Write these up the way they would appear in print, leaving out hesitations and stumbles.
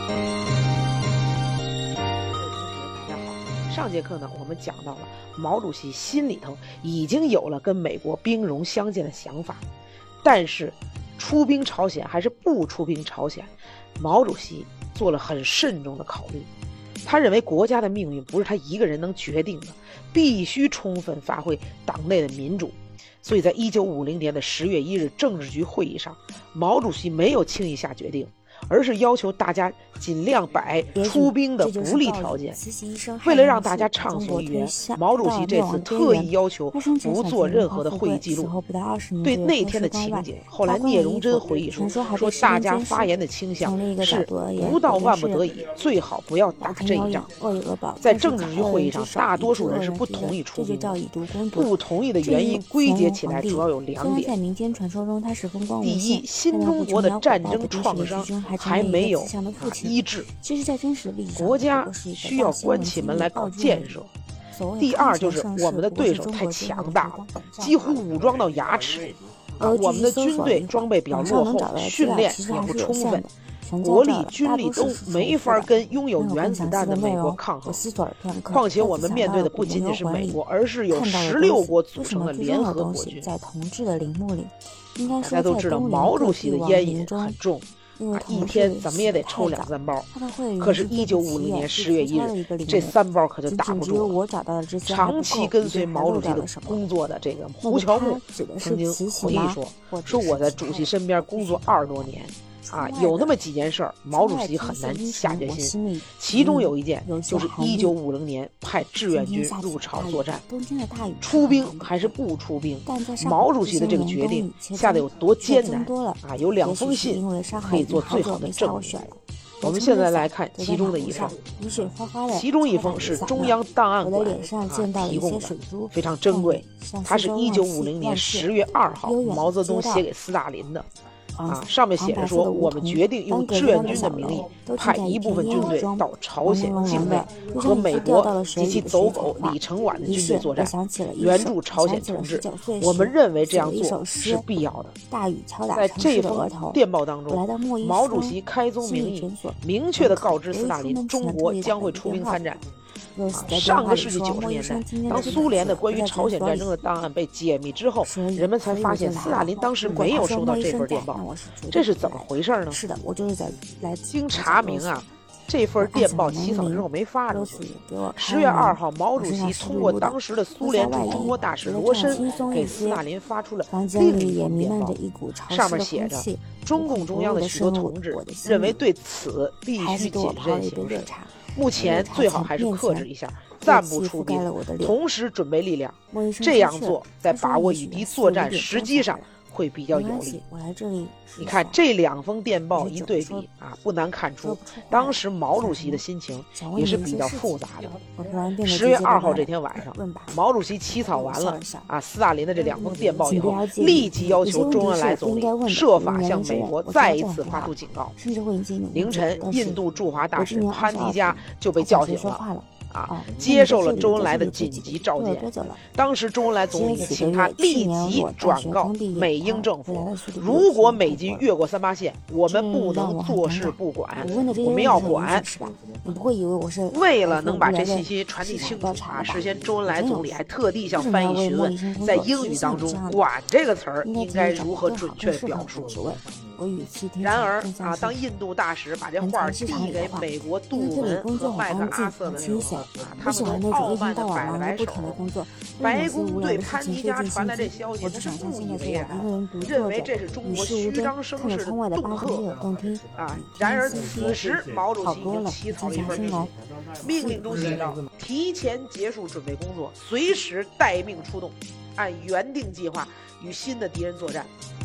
大家好，上节课呢，我们讲到了毛主席心里头已经有了跟美国兵戎相见的想法，但是出兵朝鲜还是不出兵朝鲜，毛主席做了很慎重的考虑。他认为国家的命运不是他一个人能决定的，必须充分发挥党内的民主。所以在1950年的10月1日政治局会议上，毛主席没有轻易下决定，而是要求大家尽量摆出兵的不利条件。为了让大家畅所欲言，毛主席这次特意要求不做任何的会议记录。对那天的情景，后来聂荣臻回忆说大家发言的倾向是不到万不得已，最好不要打这一仗。在政治局会议上，大多数人是不同意出兵的，不同意的原因归结起来主要有2点。第一，新中国的战争创伤还没有医治，国家需要关起门来搞建设。第二，就是我们的对手太强大了，几乎武装到牙齿，我们的军队装备比较落后，训练也不充分，国力军力都没法跟拥有原子弹的美国抗衡。况且我们面对的不仅仅是美国，而是有16国组成的联合国军。大家都知道毛主席的烟瘾很重，一天怎么也得抽2、3包。可是1950年10月1日，这3包可就打不住了。长期跟随毛主席的工作的这个胡乔木曾经回忆说我在主席身边工作20多年，有那么几件事儿，毛主席很难下决心。其中有一件就是1950年派志愿军入朝作战，出兵还是不出兵，毛主席的这个决定下得有多艰难有2封信可以做最好的证据。我们现在来看其中的一封，其中一封是中央档案馆提供的，非常珍贵。它是1950年10月2号毛泽东写给斯大林的。上面写着说，我们决定用志愿军的名义派一部分军队到朝鲜境内和美国及其走狗李承晚的军队作战，援助朝鲜同志。我们认为这样做是必要的。在这封电报当中，毛主席开宗明义，明确地告知斯大林，中国将会出兵参战。上个世纪90年代，当苏联的关于朝鲜战争的档案被解密之后，人们才发现斯大林当时没有收到这份电报，这是怎么回事呢？经查明这份电报起草之后没发出去。10月2号，毛主席通过当时的苏联驻中国大使罗申给斯大林发出了另一封电报，上面写着中共中央的许多同志认为对此必须谨慎行事，目前最好还是克制一下，暂不出兵，同时准备力量。这样做在把握与敌作战时机上会比较有利。你看这2封电报一对比不难看出当时毛主席的心情也是比较复杂的。10月2号这天晚上，毛主席起草完了斯大林的这2封电报以后，立即要求周恩来总理设法向美国再一次发出警告。凌晨，印度驻华大使潘迪加就被叫醒了，接受了周恩来的紧急召见。当时周恩来总理请他立即转告美英政府，如果美军越过38线，我们不能坐视不管，我们要管。为了能把这信息传递清楚事先周恩来总理还特地向翻译询问，在英语当中“管”这个词儿应该如何准确表述。然而当印度大使把这话递给美国杜鲁门和麦克阿瑟的时候，他们都傲慢地摆了摆手。白宫对潘迪加传来这消息是不以为然，认为这是中国虚张声势的恫吓然而此时毛主席已经起草了一份命令中写道：提前结束准备工作，随时待命出动，按原定计划与新的敌人作战。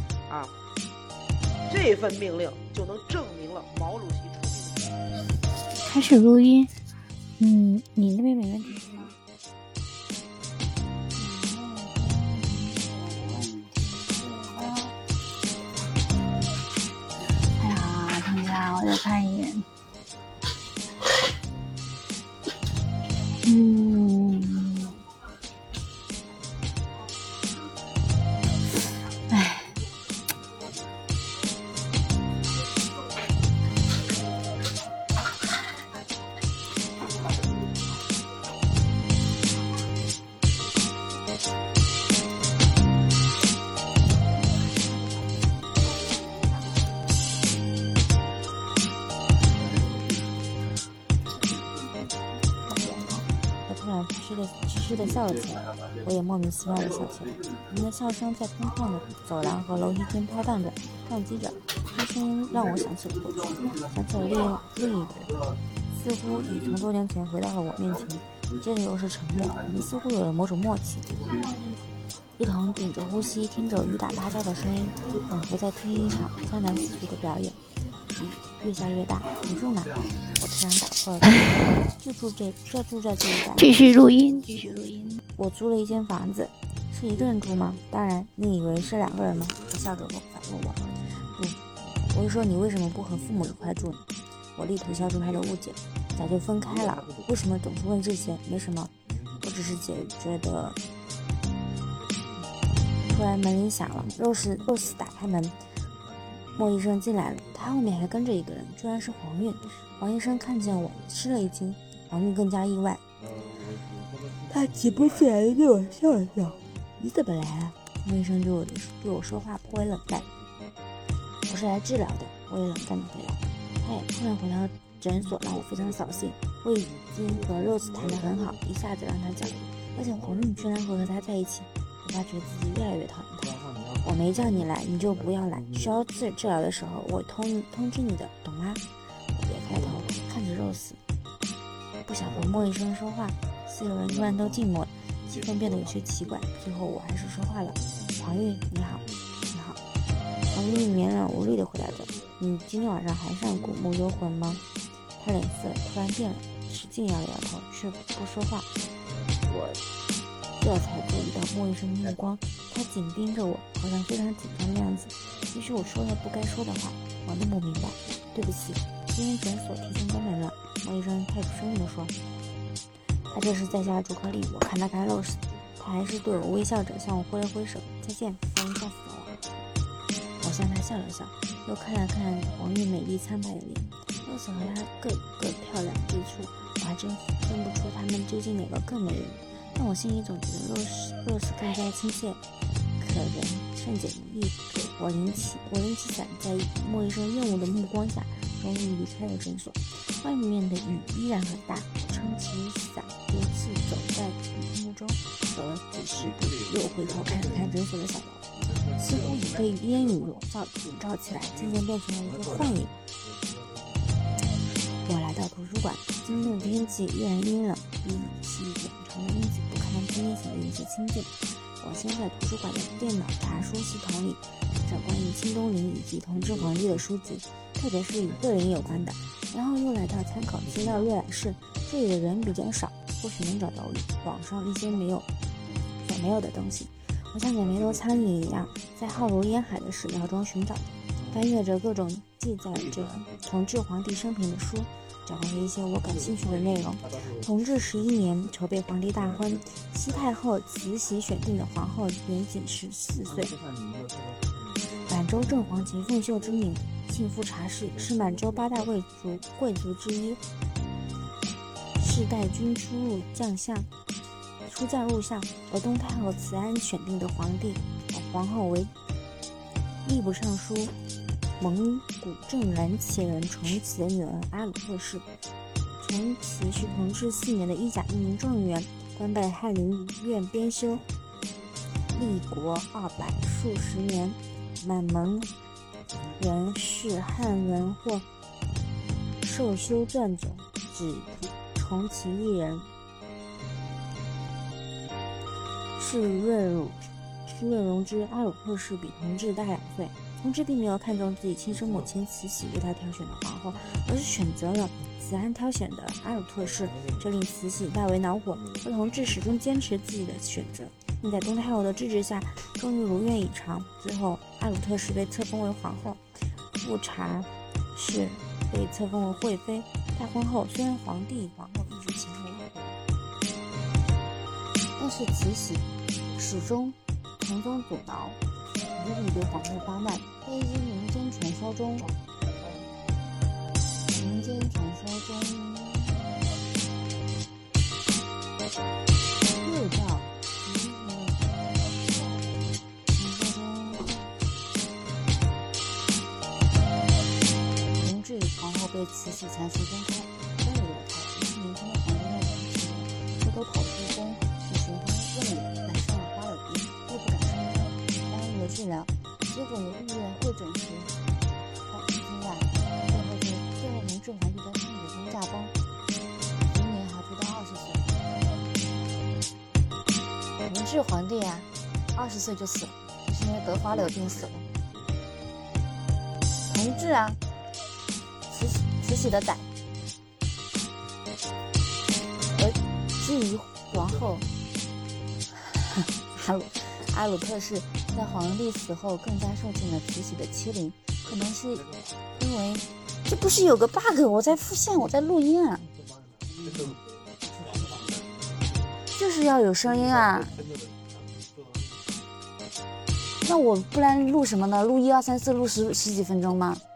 这份命令就能证明了毛主席出兵。 开始录音。你那边没问题是吗？哎呀，等一下，我再看一眼。 痴的笑了起来，我也莫名其妙的笑起来。我们的笑声在空旷的走廊和楼梯间飘荡着，撞击着，这声音让我想起了过去，想起了另一个人，似乎已从多年前回到了我面前。接着又是沉默，我们似乎有了某种默契，一同屏着呼吸，听着雨打芭蕉的声音，仿佛在听一场江南四处的表演。雨越下越大，你住哪？我突然打破了他，就住在这一带。 继续录音。 我租了一间房子，是一个人住吗？当然，你以为是2个人吗？他笑着反问我。不，我是说你为什么不和父母一块住呢？我力图消除他的误解。早就分开了，为什么总是问这些？没什么，我只是觉得。突然门铃响了，肉丝打开门，莫医生进来了，他后面还跟着一个人，居然是黄韵。黄医生看见我吃了一惊，黄韵更加意外，他极不自然地对我笑了笑。你怎么来了？莫医生对我说话颇为冷淡。我是来治疗的，我也冷淡地回答。他也突然回到诊所，让我非常扫兴。我已经和Rose谈得很好，一下子让他讲，而且黄韵居然会和他在一起，我发觉自己越来越讨厌他。我没叫你来，你就不要来。需要治疗的时候，我通知你的，懂吗？我别开头，看着Rose，不想和莫医生说话。4个人突然都静默了，气氛变得有些奇怪。最后我还是说话了：“黄韵，你好。”你好。黄韵绵软无力地回答着：“你今天晚上还上古墓幽魂吗？”他脸色突然变了，使劲摇了摇头，却不说话。我这才注意到莫医生的目光，他紧盯着我，好像非常紧张的样子。于是我说了不该说的话，我弄不明白。对不起，今天诊所提前关门了。莫医生太不生硬地说。他这是在下朱克利。我看他看Rose，他还是对我微笑着，向我挥了挥手，再见，欢迎下次找我。我向他笑了笑，又看了看黄韵美丽苍白的脸。Rose和她各漂亮之处，我还真分不出她们究竟哪个更美人。但我心里总觉得Rose更加亲切可人，善解人意。我拎起伞，在莫医生厌恶的目光下，终于离开了诊所。外面的雨依然很大，我撑起伞，独自走在雨幕中，走了几十步，又回头看了看诊所的小楼，似乎已被烟雨笼罩起来，渐渐变成了一个幻影。我来到图书馆，今天的天气依然阴冷，比起往常的阴气不堪，今天显得有些清静。我先在图书馆的电脑查书系统里找关于清东陵以及同治皇帝的书籍，特别是与个人有关的，然后又来到参考资料阅览室，这里的人比较少，或许能找到网上一些没有的东西。我像点眉头苍蝇一样，在浩如烟海的史料中寻找，翻阅着各种记载着同治皇帝生平的书，找回了一些我感兴趣的内容。同治11年筹备皇帝大婚，西太后慈禧选定的皇后年仅14岁。满洲正黄旗凤秀之女，姓傅查氏，是满洲8大贵族之一，是代军出将入相，而东太后慈安选定的皇后为吏部尚书蒙古正蓝旗人重启的女儿阿鲁特氏。重启是同治4年的衣甲1名状元，官拜翰林院编修，立国200数十年。满蒙人是汉文或受修撰者，只重启一人。是瑞荣之阿鲁特氏比同治大2岁。同治并没有看中自己亲生母亲慈禧为他挑选的皇后，而是选择了慈安挑选的阿鲁特氏，这令慈禧大为恼火。而同治始终坚持自己的选择，并在东太后的支持下，终于如愿以偿。最后，阿鲁特氏被册封为皇后，富察氏被册封为惠妃。大婚后，虽然皇帝皇后一直情同意合，但是慈禧始终从中阻挠，无力对皇后发难。在一些民间传说中，又叫同治皇后被慈禧强行分开，都有了她。1年前的皇帝那种事，说都跑出宫去寻欢问理，赶上了花柳兵，又不敢声张，耽误了治疗。结果由御苑会诊时，他惊讶，最后明治皇帝的圣子军驾崩，卒年还不到20岁。明治皇帝啊，20岁就死了，就是因为得花柳病死了。同治啊，慈禧的崽。至于皇后阿鲁特氏，在皇帝死后更加受尽了慈禧的欺凌，可能是因为这不是有个 bug， 我在复现，我在录音啊，就是要有声音啊。那我不然录什么呢？录1、2、3、4，录十几分钟吗？